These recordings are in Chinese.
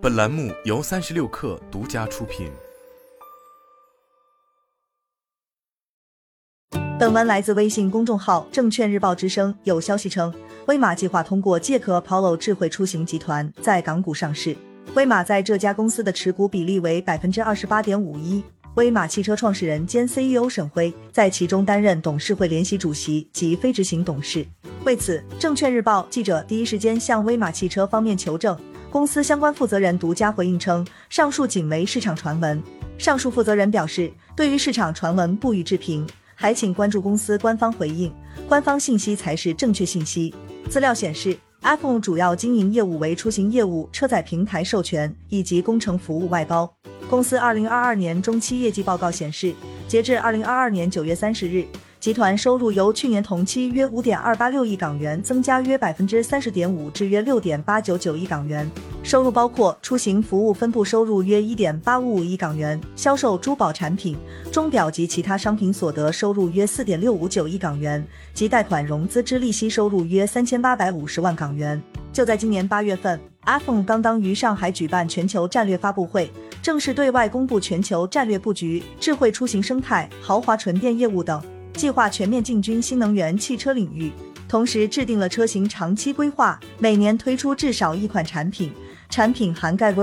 本栏目由36氪独家出品。 本文来自微信公众号证券日报之声，有消息称，威马计划通过借壳 Apollo 智慧出行集团在港股上市。威马在这家公司的持股比例为 28.51%， 威马汽车创始人兼 CEO 沈辉在其中担任董事会联席主席及非执行董事。为此，证券日报记者第一时间向威马汽车方面求证，公司相关负责人独家回应称，上述仅为市场传闻。上述负责人表示，对于市场传闻不予置评，还请关注公司官方回应，官方信息才是正确信息。资料显示，iPhone 主要经营业务为出行业务、车载平台授权以及工程服务外包。公司2022年中期业绩报告显示，截至2022年9月30日，集团收入由去年同期约 5.286 亿港元增加约 30.5% 至约 6.899 亿港元。收入包括出行服务分部收入约 1.855 亿港元，销售珠宝产品、钟表及其他商品所得收入约 4.659 亿港元，及贷款融资之利息收入约3850万港元。就在今年8月份， iPhone 刚当于上海举办全球战略发布会，正式对外公布全球战略布局、智慧出行生态、豪华纯电业务等，计划全面进军新能源汽车领域，同时制定了车型长期规划，每年推出至少一款产品，产品涵盖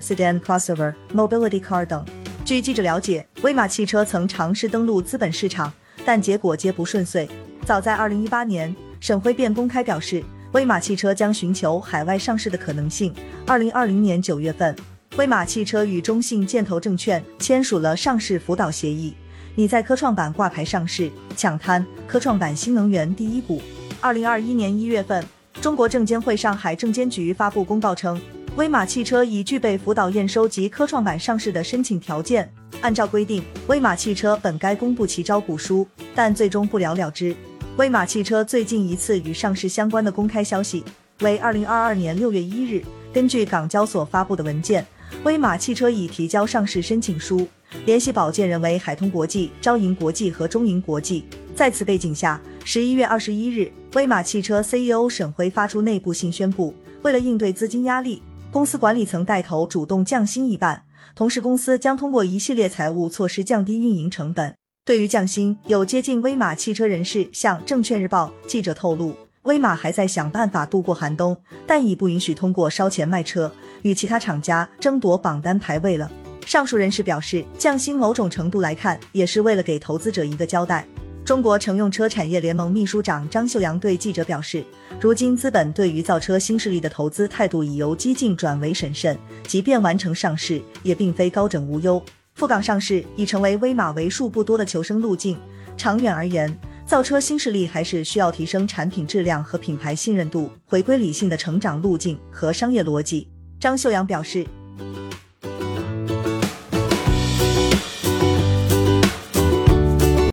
Roadster、Sedan、Crossover、Mobility Car 等。据记者了解，威马汽车曾尝试登陆资本市场，但结果皆不顺遂。早在2018年，沈辉便公开表示，威马汽车将寻求海外上市的可能性。2020年9月份，威马汽车与中信建投证券签署了上市辅导协议，拟在科创板挂牌上市，抢滩科创板新能源第一股。2021年1月份，中国证监会上海证监局发布公告称，威马汽车已具备辅导验收及科创板上市的申请条件。按照规定，威马汽车本该公布其招股书，但最终不了了之。威马汽车最近一次与上市相关的公开消息为2022年6月1日，根据港交所发布的文件，威马汽车已提交上市申请书，联系保荐人为海通国际、招银国际和中银国际。在此背景下，11月21日，威马汽车 CEO 沈辉发出内部信宣布，为了应对资金压力，公司管理层带头主动降薪一半，同时公司将通过一系列财务措施降低运营成本。对于降薪，有接近威马汽车人士向证券日报记者透露，威马还在想办法度过寒冬，但已不允许通过烧钱卖车与其他厂家争夺榜单排位了。上述人士表示，降薪某种程度来看也是为了给投资者一个交代。中国乘用车产业联盟秘书长张秀阳对记者表示，如今资本对于造车新势力的投资态度已由激进转为审慎，即便完成上市也并非高枕无忧。赴港上市已成为威马为数不多的求生路径，长远而言，造车新势力还是需要提升产品质量和品牌信任度，回归理性的成长路径和商业逻辑。张秀阳表示，